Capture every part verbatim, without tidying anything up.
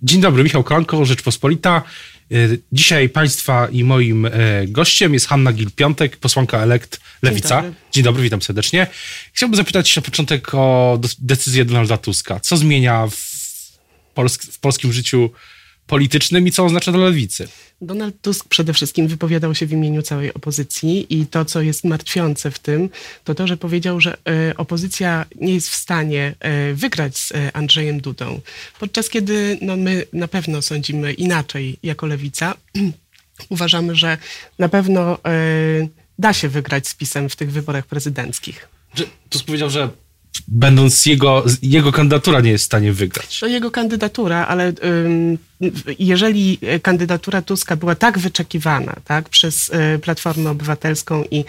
Dzień dobry, Michał Kolanko, Rzeczpospolita. Dzisiaj Państwa i moim gościem jest Hanna Gill-Piątek, posłanka elekt Lewica. Dzień dobry. Dzień dobry, witam serdecznie. Chciałbym zapytać na początek o decyzję Donalda Tuska. Co zmienia w, polsk- w polskim życiu politycznym i co oznacza dla Lewicy? Donald Tusk przede wszystkim wypowiadał się w imieniu całej opozycji i to, co jest martwiące w tym, to to, że powiedział, że y, opozycja nie jest w stanie y, wygrać z y, Andrzejem Dudą. Podczas kiedy no, my na pewno sądzimy inaczej jako Lewica. Uważamy, że na pewno y, da się wygrać z PiS-em w tych wyborach prezydenckich. Tusk powiedział, że będąc jego, jego kandydatura nie jest w stanie wygrać. To jego kandydatura, ale ym, jeżeli kandydatura Tuska była tak wyczekiwana, tak, przez y, Platformę Obywatelską i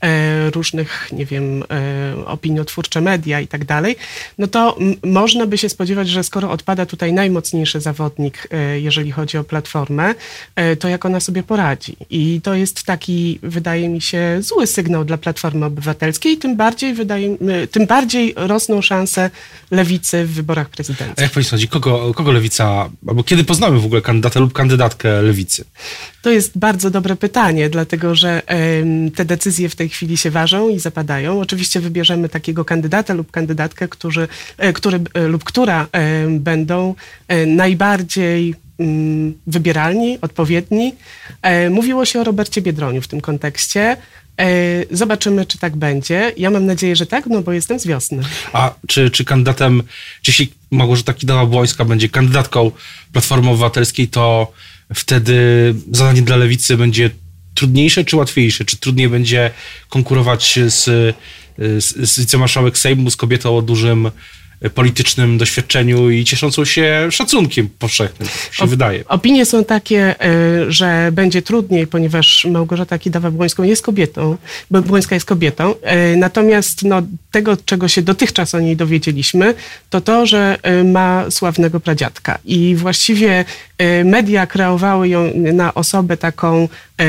y, różnych, nie wiem, y, opiniotwórcze media i tak dalej, no to m, można by się spodziewać, że skoro odpada tutaj najmocniejszy zawodnik, y, jeżeli chodzi o Platformę, y, to jak ona sobie poradzi. I to jest taki, wydaje mi się, zły sygnał dla Platformy Obywatelskiej, tym bardziej, wydaje, y, tym bardziej rosną szanse Lewicy w wyborach prezydenckich. A jak pani sądzi, kogo, kogo Lewica, albo kiedy poznamy w ogóle kandydata lub kandydatkę Lewicy? To jest bardzo dobre pytanie, dlatego że y, te decyzje w tej chwili się ważą i zapadają. Oczywiście wybierzemy takiego kandydata lub kandydatkę, którzy, y, który y, lub która y, będą y, najbardziej y, wybieralni, odpowiedni. Y, mówiło się o Robercie Biedroniu w tym kontekście. Zobaczymy, czy tak będzie. Ja mam nadzieję, że tak, no bo jestem z wiosny. A czy, czy kandydatem, czy jeśli Małgorzata Kidawa-Błońska będzie kandydatką Platformy Obywatelskiej, to wtedy zadanie dla Lewicy będzie trudniejsze czy łatwiejsze? Czy trudniej będzie konkurować z, z, z wicemarszałek Sejmu, z kobietą o dużym politycznym doświadczeniu i cieszącą się szacunkiem powszechnym, się o, wydaje. Opinie są takie, że będzie trudniej, ponieważ Małgorzata Kidawa-Błońską jest kobietą, bo Błońska jest kobietą. Natomiast no, tego, czego się dotychczas o niej dowiedzieliśmy, to to, że ma sławnego pradziadka. I właściwie media kreowały ją na osobę taką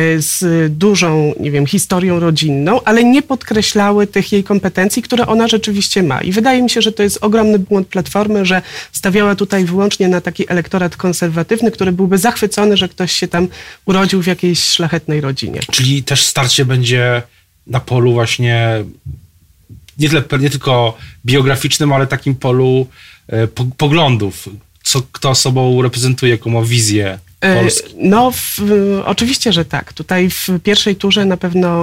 z dużą, nie wiem, historią rodzinną, ale nie podkreślały tych jej kompetencji, które ona rzeczywiście ma. I wydaje mi się, że to jest ogromny błąd Platformy, że stawiała tutaj wyłącznie na taki elektorat konserwatywny, który byłby zachwycony, że ktoś się tam urodził w jakiejś szlachetnej rodzinie. Czyli też starcie będzie na polu właśnie nie, tyle, nie tylko biograficznym, ale takim polu e, po, poglądów. Co kto sobą reprezentuje, jaką ma wizję Polski? No, w, oczywiście, że tak. Tutaj w pierwszej turze na pewno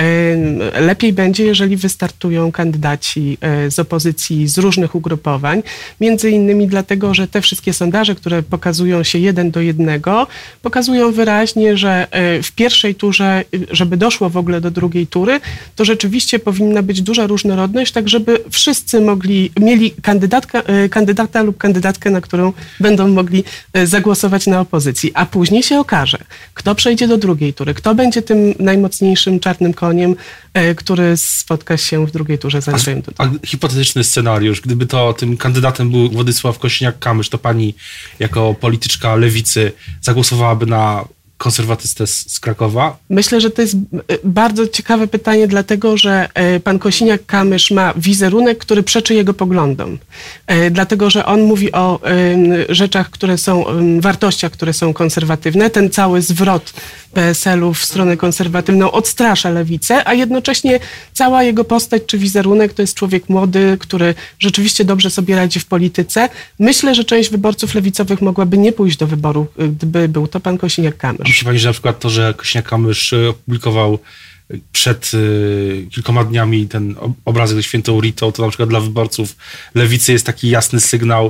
y, lepiej będzie, jeżeli wystartują kandydaci y, z opozycji, z różnych ugrupowań. Między innymi dlatego, że te wszystkie sondaże, które pokazują się jeden do jednego, pokazują wyraźnie, że y, w pierwszej turze, y, żeby doszło w ogóle do drugiej tury, to rzeczywiście powinna być duża różnorodność, tak żeby wszyscy mogli, mieli kandydatka, y, kandydata lub kandydatkę, na którą będą mogli y, zagłosować na opozycji. A później się okaże, kto przejdzie do drugiej tury, kto będzie tym najmocniejszym czarnym koniem, e, który spotka się w drugiej turze z Andrzejem Dudą. A, a hipotetyczny scenariusz, gdyby to tym kandydatem był Władysław Kosiniak-Kamysz, to pani jako polityczka Lewicy zagłosowałaby na konserwatystę z, z Krakowa? Myślę, że to jest bardzo ciekawe pytanie, dlatego że pan Kosiniak-Kamysz ma wizerunek, który przeczy jego poglądom. Dlatego, że on mówi o rzeczach, które są, wartościach, które są konserwatywne. Ten cały zwrot P S L-u w stronę konserwatywną odstrasza lewicę, a jednocześnie cała jego postać czy wizerunek to jest człowiek młody, który rzeczywiście dobrze sobie radzi w polityce. Myślę, że część wyborców lewicowych mogłaby nie pójść do wyboru, gdyby był to pan Kosiniak-Kamysz. Myśli pani, że na przykład to, że Kosiniak-Kamysz opublikował przed y, kilkoma dniami ten obrazek ze świętą Ritą, to na przykład dla wyborców lewicy jest taki jasny sygnał,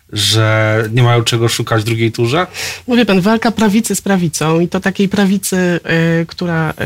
że nie mają czego szukać w drugiej turze? No wie pan, walka prawicy z prawicą i to takiej prawicy, y, która y,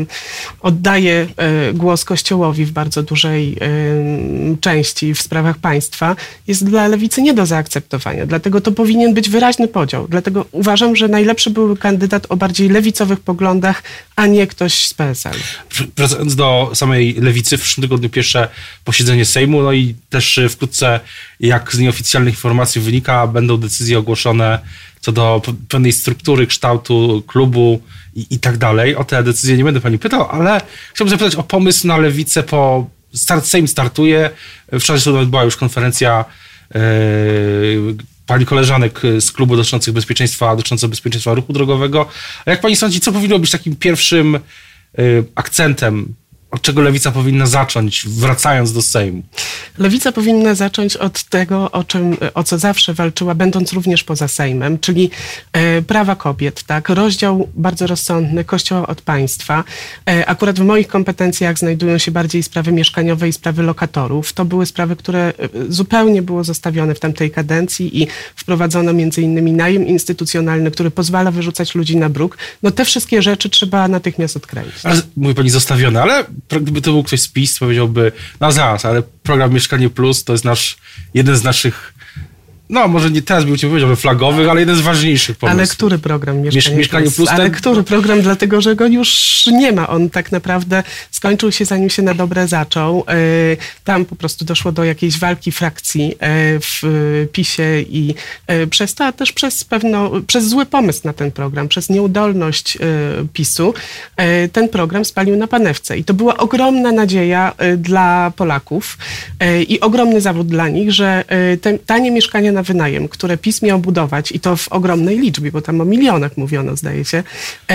oddaje y, głos Kościołowi w bardzo dużej y, części w sprawach państwa, jest dla lewicy nie do zaakceptowania. Dlatego to powinien być wyraźny podział. Dlatego uważam, że najlepszy byłby kandydat o bardziej lewicowych poglądach, a nie ktoś z P S L. Wracając do samej lewicy, w przyszłym tygodniu pierwsze posiedzenie Sejmu, no i też wkrótce, jak z nieoficjalnych informacji wynika, będą decyzje ogłoszone co do pewnej struktury, kształtu klubu i, i tak dalej. O te decyzje nie będę pani pytał, ale chciałbym zapytać o pomysł na lewicę po... Start, Sejm startuje. Wczoraj była już konferencja yy, pani koleżanek z klubu dotyczących bezpieczeństwa, dotyczącego bezpieczeństwa ruchu drogowego. A jak pani sądzi, co powinno być takim pierwszym y, akcentem, od czego Lewica powinna zacząć, wracając do Sejmu? Lewica powinna zacząć od tego, o czym, o co zawsze walczyła, będąc również poza Sejmem, czyli e, prawa kobiet, tak? Rozdział bardzo rozsądny Kościoła od państwa. E, akurat w moich kompetencjach znajdują się bardziej sprawy mieszkaniowe i sprawy lokatorów. To były sprawy, które zupełnie było zostawione w tamtej kadencji i wprowadzono między innymi najem instytucjonalny, który pozwala wyrzucać ludzi na bruk. No te wszystkie rzeczy trzeba natychmiast odkręcić. Ale, mówi pani zostawione, ale gdyby to był ktoś z PiS, powiedziałby, no zaraz, ale program Mieszkanie Plus to jest nasz, jeden z naszych, no może nie teraz bym cię powiedział, że flagowych, ale jeden z ważniejszych pomysłów. Ale który program Mieszkanie, Mieszkanie Plus? Plus ten... Ale który program, dlatego że go już nie ma. On tak naprawdę skończył się, zanim się na dobre zaczął. Tam po prostu doszło do jakiejś walki frakcji w PiSie i przez to, a też przez pewno, przez zły pomysł na ten program, przez nieudolność PiSu, ten program spalił na panewce. I to była ogromna nadzieja dla Polaków i ogromny zawód dla nich, że te tanie mieszkania na wynajem, które PiS miał budować i to w ogromnej liczbie, bo tam o milionach mówiono, zdaje się,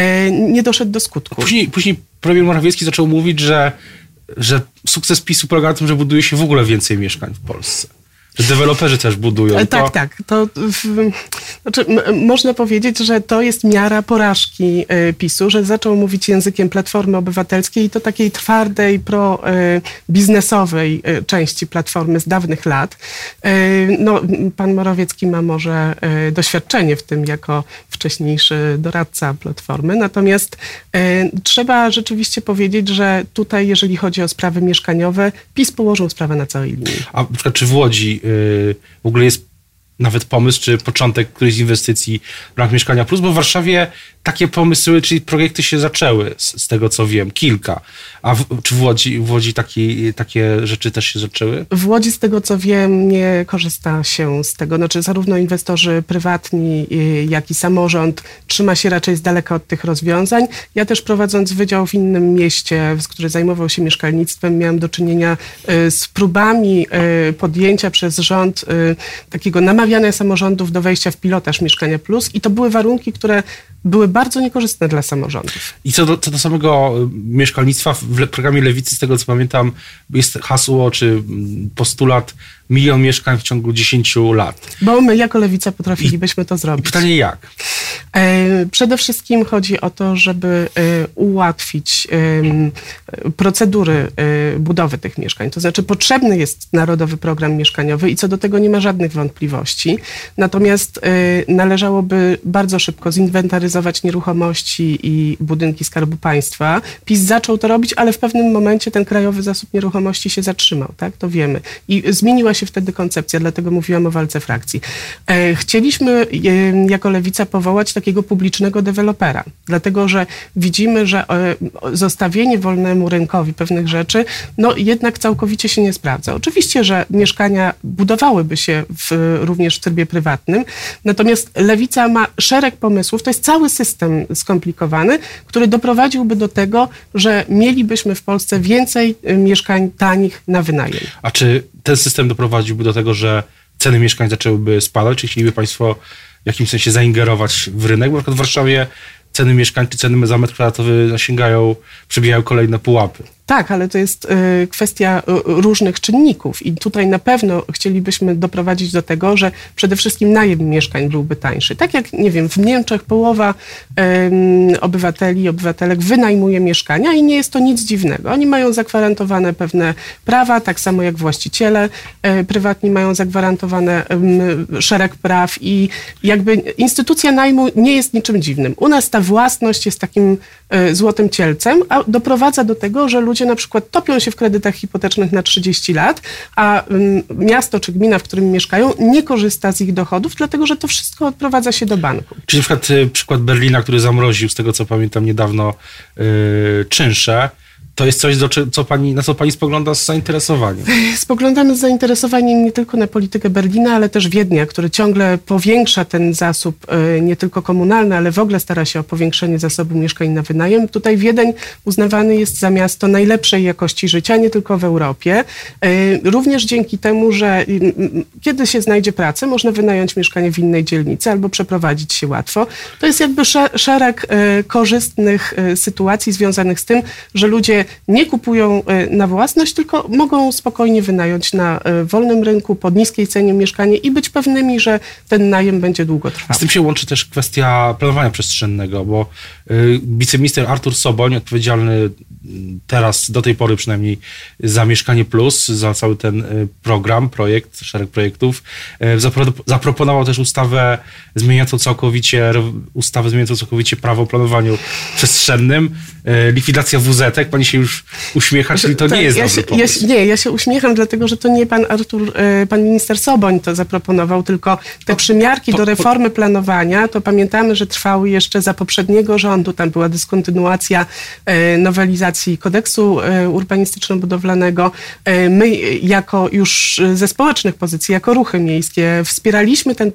nie doszedł do skutku. Później, później premier Morawiecki zaczął mówić, że, że sukces PiSu polega na tym, że buduje się w ogóle więcej mieszkań w Polsce. Że deweloperzy też budują. Tak, to... tak. To, w, znaczy, m, można powiedzieć, że to jest miara porażki y, PiSu, że zaczął mówić językiem Platformy Obywatelskiej i to takiej twardej, pro-biznesowej y, y, części Platformy z dawnych lat. Y, no, pan Morawiecki ma może y, doświadczenie w tym jako wcześniejszy doradca Platformy, natomiast y, trzeba rzeczywiście powiedzieć, że tutaj, jeżeli chodzi o sprawy mieszkaniowe, PiS położył sprawę na całej linii. A na przykład czy w Łodzi w ogóle jest nawet pomysł, czy początek którejś z inwestycji w ramach Mieszkania Plus, bo w Warszawie takie pomysły, czyli projekty się zaczęły, z, z tego co wiem, kilka. A w, czy w Łodzi, w Łodzi taki, takie rzeczy też się zaczęły? W Łodzi, z tego co wiem, nie korzysta się z tego. Znaczy zarówno inwestorzy prywatni, jak i samorząd trzyma się raczej z daleka od tych rozwiązań. Ja też prowadząc wydział w innym mieście, który zajmował się mieszkalnictwem, miałam do czynienia z próbami podjęcia przez rząd takiego namawiania samorządów do wejścia w pilotaż Mieszkania Plus i to były warunki, które były bardzo niekorzystne dla samorządów. I co do, co do samego mieszkalnictwa, w programie Lewicy, z tego co pamiętam, jest hasło czy postulat milion mieszkań w ciągu dziesięciu lat. Bo my jako Lewica potrafilibyśmy I, to zrobić. I pytanie jak? E, przede wszystkim chodzi o to, żeby e, ułatwić e, procedury e, budowy tych mieszkań. To znaczy potrzebny jest Narodowy Program Mieszkaniowy i co do tego nie ma żadnych wątpliwości. Natomiast e, należałoby bardzo szybko zinwentaryzować nieruchomości i budynki Skarbu Państwa. PiS zaczął to robić, ale w pewnym momencie ten Krajowy Zasób Nieruchomości się zatrzymał, tak? To wiemy. I zmieniła się wtedy koncepcja, dlatego mówiłam o walce frakcji. E, chcieliśmy e, jako Lewica powołać takiego publicznego dewelopera, dlatego że widzimy, że e, zostawienie wolnemu rynkowi pewnych rzeczy, no jednak całkowicie się nie sprawdza. Oczywiście, że mieszkania budowałyby się w, również w trybie prywatnym, natomiast Lewica ma szereg pomysłów, to jest cały system skomplikowany, który doprowadziłby do tego, że mielibyśmy w Polsce więcej mieszkań tanich na wynajem. A czy ten system doprowadziłby do tego, że ceny mieszkań zaczęłyby spadać? Czy chcieliby państwo w jakimś sensie zaingerować w rynek? Bo na przykład w Warszawie ceny mieszkań czy ceny za metr kwadratowy zasięgają, przebijają kolejne pułapy. Tak, ale to jest y, kwestia y, różnych czynników i tutaj na pewno chcielibyśmy doprowadzić do tego, że przede wszystkim najem mieszkań byłby tańszy. Tak jak, nie wiem, w Niemczech połowa y, obywateli, obywatelek wynajmuje mieszkania i nie jest to nic dziwnego. Oni mają zagwarantowane pewne prawa, tak samo jak właściciele y, prywatni mają zagwarantowane y, szereg praw i jakby instytucja najmu nie jest niczym dziwnym. U nas ta własność jest takim y, złotym cielcem, a doprowadza do tego, że ludzie na przykład topią się w kredytach hipotecznych na trzydzieści lat, a um, miasto czy gmina, w którym mieszkają, nie korzysta z ich dochodów, dlatego że to wszystko odprowadza się do banku. Czyli na przykład y, przykład Berlina, który zamroził, z tego co pamiętam niedawno, y, czynsze, to jest coś, do, co pani, na co pani spogląda z zainteresowaniem. Spoglądamy z zainteresowaniem nie tylko na politykę Berlina, ale też Wiednia, który ciągle powiększa ten zasób nie tylko komunalny, ale w ogóle stara się o powiększenie zasobu mieszkań na wynajem. Tutaj Wiedeń uznawany jest za miasto najlepszej jakości życia, nie tylko w Europie. Również dzięki temu, że kiedy się znajdzie pracę, można wynająć mieszkanie w innej dzielnicy albo przeprowadzić się łatwo. To jest jakby szereg korzystnych sytuacji związanych z tym, że ludzie nie kupują na własność, tylko mogą spokojnie wynająć na wolnym rynku pod niskiej cenie mieszkanie i być pewnymi, że ten najem będzie długotrwały. Z tym się łączy też kwestia planowania przestrzennego, bo y, wiceminister Artur Soboń, odpowiedzialny teraz, do tej pory przynajmniej, za Mieszkanie Plus, za cały ten y, program, projekt, szereg projektów, y, zapro, zaproponował też ustawę zmieniającą całkowicie, ustawę zmieniającą całkowicie prawo o planowaniu przestrzennym, y, likwidacja W Z T-ek. Pani się już uśmiecha, czyli to tak, nie jest ja dobry się, pomysł. Ja, nie, ja się uśmiecham, dlatego że to nie pan Artur, pan minister Soboń to zaproponował, tylko te przymiarki do reformy planowania, to pamiętamy, że trwały jeszcze za poprzedniego rządu, tam była dyskontynuacja nowelizacji kodeksu urbanistyczno-budowlanego. My jako już ze społecznych pozycji, jako ruchy miejskie wspieraliśmy ten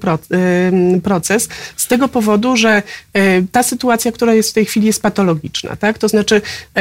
proces z tego powodu, że ta sytuacja, która jest w tej chwili, jest patologiczna, tak? To znaczy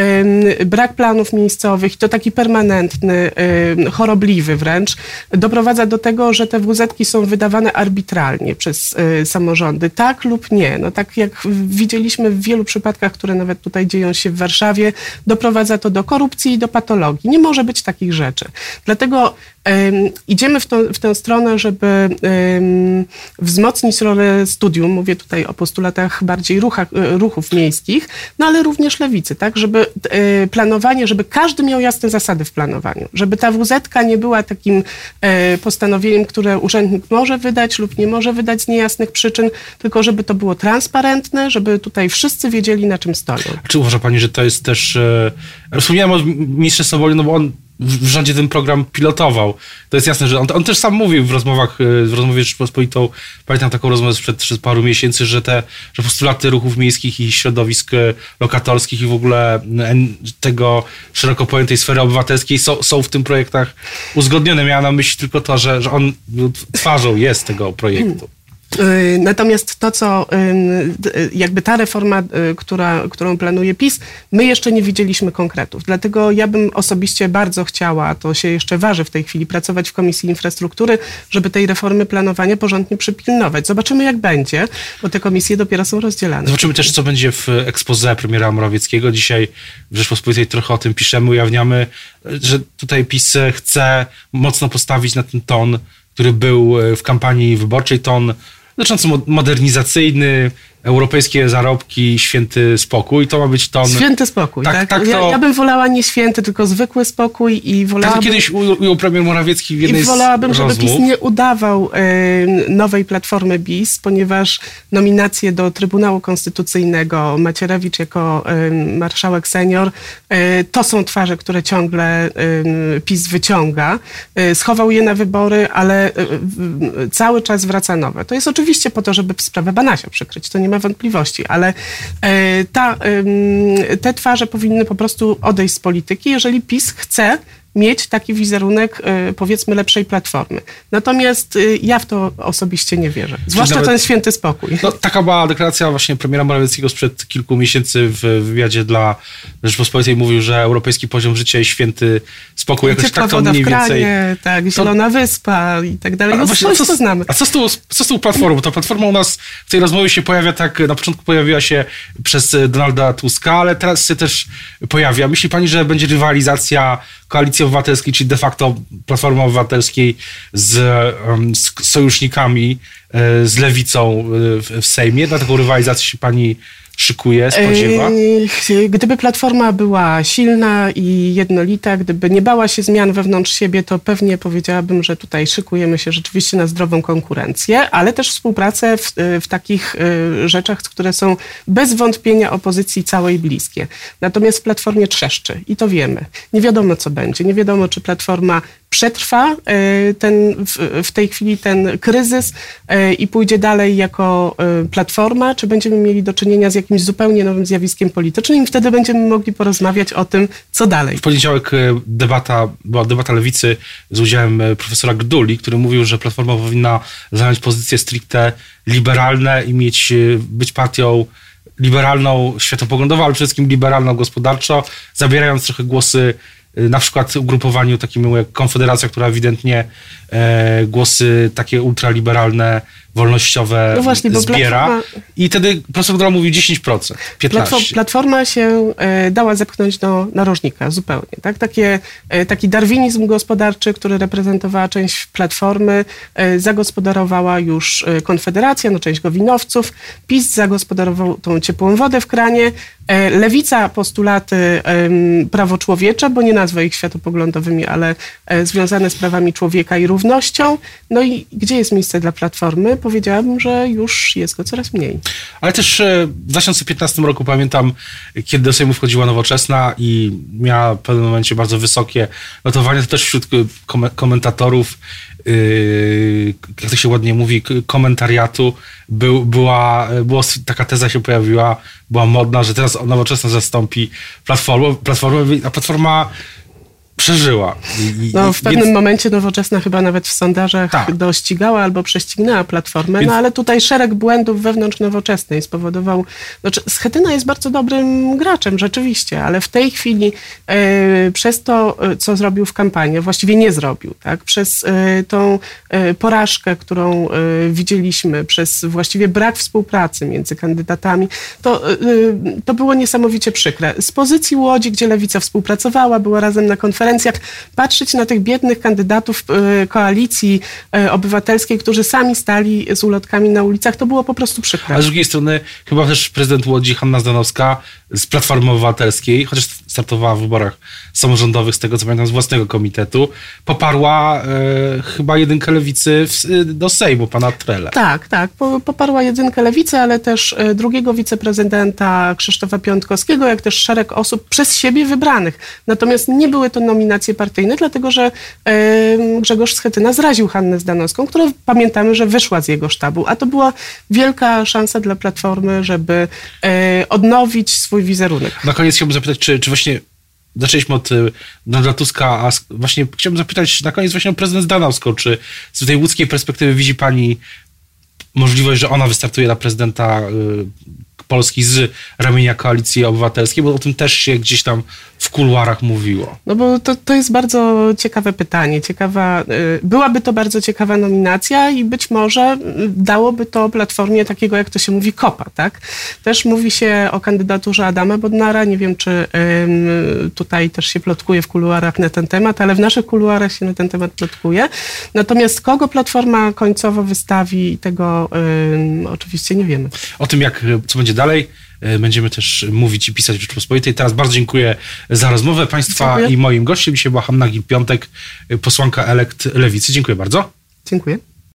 brak planów miejscowych, to taki permanentny, chorobliwy wręcz, doprowadza do tego, że te W Z Ki są wydawane arbitralnie przez samorządy. Tak lub nie. No tak jak widzieliśmy w wielu przypadkach, które nawet tutaj dzieją się w Warszawie, doprowadza to do korupcji i do patologii. Nie może być takich rzeczy. Dlatego um, idziemy w, to, w tę stronę, żeby um, wzmocnić rolę studium, mówię tutaj o postulatach bardziej ruchach, ruchów miejskich, no ale również lewicy, tak, żeby e, planowanie, żeby każdy miał jasne zasady w planowaniu, żeby ta W Z Ka nie była takim e, postanowieniem, które urzędnik może wydać lub nie może wydać z niejasnych przyczyn, tylko żeby to było transparentne, żeby tutaj wszyscy wiedzieli, na czym stoją. A czy uważa pani, że to jest też... E, wspomniałem o ministrze Sobolu, no bo on w rządzie ten program pilotował. To jest jasne, że on, on też sam mówił w rozmowach, w rozmowie z Rzeczpospolitą, pamiętam taką rozmowę sprzed, sprzed paru miesięcy, że te że postulaty ruchów miejskich i środowisk lokatorskich i w ogóle tego szeroko pojętej sfery obywatelskiej są, są w tym projektach uzgodnione. Miała na myśli tylko to, że, że on twarzą jest tego projektu. Natomiast to, co jakby ta reforma, która, którą planuje PiS, my jeszcze nie widzieliśmy konkretów. Dlatego ja bym osobiście bardzo chciała, to się jeszcze waży w tej chwili, pracować w Komisji Infrastruktury, żeby tej reformy planowania porządnie przypilnować. Zobaczymy, jak będzie, bo te komisje dopiero są rozdzielane. Zobaczymy też, co będzie w exposé premiera Morawieckiego. Dzisiaj w Rzeczpospolitej trochę o tym piszemy, ujawniamy, że tutaj PiS chce mocno postawić na ten ton, który był w kampanii wyborczej, ton dotyczący modernizacyjny, europejskie zarobki, święty spokój. To ma być ton... Święty spokój, tak? tak? tak to... ja, ja bym wolała nie święty, tylko zwykły spokój i wolałabym... Tak kiedyś ujął premier Morawiecki w jednej I wolałabym, z żeby rozmów. PiS nie udawał y, nowej Platformy BiS, ponieważ nominacje do Trybunału Konstytucyjnego, Macierewicz jako y, marszałek senior, y, to są twarze, które ciągle y, PiS wyciąga. Y, schował je na wybory, ale y, y, cały czas wraca nowe. To jest oczywiście po to, żeby sprawę Banasia przykryć. To nie ma wątpliwości, ale e, ta, e, te twarze powinny po prostu odejść z polityki, jeżeli PiS chce mieć taki wizerunek, powiedzmy, lepszej Platformy. Natomiast ja w to osobiście nie wierzę. Zwłaszcza nawet, ten święty spokój. No, taka była deklaracja właśnie premiera Morawieckiego sprzed kilku miesięcy w wywiadzie dla Rzeczpospolitej. Mówił, że europejski poziom życia i święty spokój. Jakoś tak to mniej kranie, więcej... Tak, zielona to... wyspa i tak dalej. No, właśnie, coś a co, to znamy. A co z, tą, co z tą Platformą? Ta Platforma u nas w tej rozmowie się pojawia tak, na początku pojawiła się przez Donalda Tuska, ale teraz się też pojawia. Myśli pani, że będzie rywalizacja Koalicji Obywatelskiej, czyli de facto Platformy Obywatelskiej z, z sojusznikami, z lewicą w, w Sejmie? Na taką rywalizację się pani szykuje, spodziewa? Gdyby Platforma była silna i jednolita, gdyby nie bała się zmian wewnątrz siebie, to pewnie powiedziałabym, że tutaj szykujemy się rzeczywiście na zdrową konkurencję, ale też współpracę w, w takich rzeczach, które są bez wątpienia opozycji całej bliskie. Natomiast w Platformie trzeszczy i to wiemy. Nie wiadomo, co będzie. Nie wiadomo, czy Platforma przetrwa ten, w, w tej chwili ten kryzys i pójdzie dalej jako Platforma, czy będziemy mieli do czynienia z jakimś zupełnie nowym zjawiskiem politycznym i wtedy będziemy mogli porozmawiać o tym, co dalej. W poniedziałek debata, była debata Lewicy z udziałem profesora Gduli, który mówił, że Platforma powinna zająć pozycje stricte liberalne i mieć, być partią liberalną światopoglądowo, ale przede wszystkim liberalną gospodarczo, zabierając trochę głosy na przykład ugrupowaniu takim jak Konfederacja, która ewidentnie e, głosy takie ultraliberalne, wolnościowe no właśnie, zbiera. Platforma, I wtedy profesor Gdula mówił dziesięć procent, piętnaście procent. Platforma się e, dała zepchnąć do narożnika zupełnie. Tak? Takie, e, taki darwinizm gospodarczy, który reprezentowała część Platformy, e, zagospodarowała już e, Konfederacja, no część Gowinowców. PiS zagospodarował tą ciepłą wodę w kranie. E, Lewica postulaty e, prawoczłowiecze, bo nie nazwę ich światopoglądowymi, ale e, związane z prawami człowieka i równością. No i gdzie jest miejsce dla Platformy? Powiedziałabym, że już jest go coraz mniej. Ale też w dwa tysiące piętnastym roku pamiętam, kiedy do Sejmu wchodziła Nowoczesna i miała w pewnym momencie bardzo wysokie notowania, to też wśród komentatorów, jak to się ładnie mówi, komentariatu, był, była, była taka teza się pojawiła, była modna, że teraz Nowoczesna zastąpi Platformę, Platformę a Platforma przeżyła. I, no, w pewnym więc... momencie Nowoczesna chyba nawet w sondażach tak. dościgała albo prześcignęła Platformę, więc... no ale tutaj szereg błędów wewnątrz Nowoczesnej spowodował... Znaczy, Schetyna jest bardzo dobrym graczem, rzeczywiście, ale w tej chwili e, przez to, co zrobił w kampanii, właściwie nie zrobił, tak? Przez e, tą e, porażkę, którą e, widzieliśmy, przez właściwie brak współpracy między kandydatami, to, e, to było niesamowicie przykre. Z pozycji Łodzi, gdzie Lewica współpracowała, była razem na konferencji, patrzeć na tych biednych kandydatów Koalicji Obywatelskiej, którzy sami stali z ulotkami na ulicach, to było po prostu przykre. A z drugiej strony chyba też prezydent Łodzi Hanna Zdanowska z Platformy Obywatelskiej, chociaż startowała w wyborach samorządowych, z tego co pamiętam, z własnego komitetu, poparła e, chyba jedynkę Lewicy w, do Sejmu, pana Trele. Tak, tak. Poparła jedynkę Lewicy, ale też drugiego wiceprezydenta Krzysztofa Piątkowskiego, jak też szereg osób przez siebie wybranych. Natomiast nie były to nominacje partyjne, dlatego że e, Grzegorz Schetyna zraził Hannę Zdanowską, która pamiętamy, że wyszła z jego sztabu, a to była wielka szansa dla Platformy, żeby e, odnowić swój wizerunek. Na koniec chciałbym zapytać, czy, czy właśnie zaczęliśmy od Donalda Tuska, a właśnie chciałbym zapytać na koniec właśnie o prezydent Zdanowską, czy z tej łódzkiej perspektywy widzi pani możliwość, że ona wystartuje na prezydenta y, Polski z ramienia Koalicji Obywatelskiej, bo o tym też się gdzieś tam w kuluarach mówiło. No bo to, to jest bardzo ciekawe pytanie. Ciekawa, byłaby to bardzo ciekawa nominacja i być może dałoby to Platformie takiego, jak to się mówi, kopa, tak? Też mówi się o kandydaturze Adama Bodnara. Nie wiem, czy ym, tutaj też się plotkuje w kuluarach na ten temat, ale w naszych kuluarach się na ten temat plotkuje. Natomiast kogo Platforma końcowo wystawi, tego ym, oczywiście nie wiemy. O tym, jak, co będzie dalej, będziemy też mówić i pisać w Rzeczpospolitej. Teraz bardzo dziękuję za rozmowę Państwa. Dziękuję. I moim gościem dzisiaj była Hanna Gill-Piątek, posłanka elekt Lewicy. Dziękuję bardzo. Dziękuję.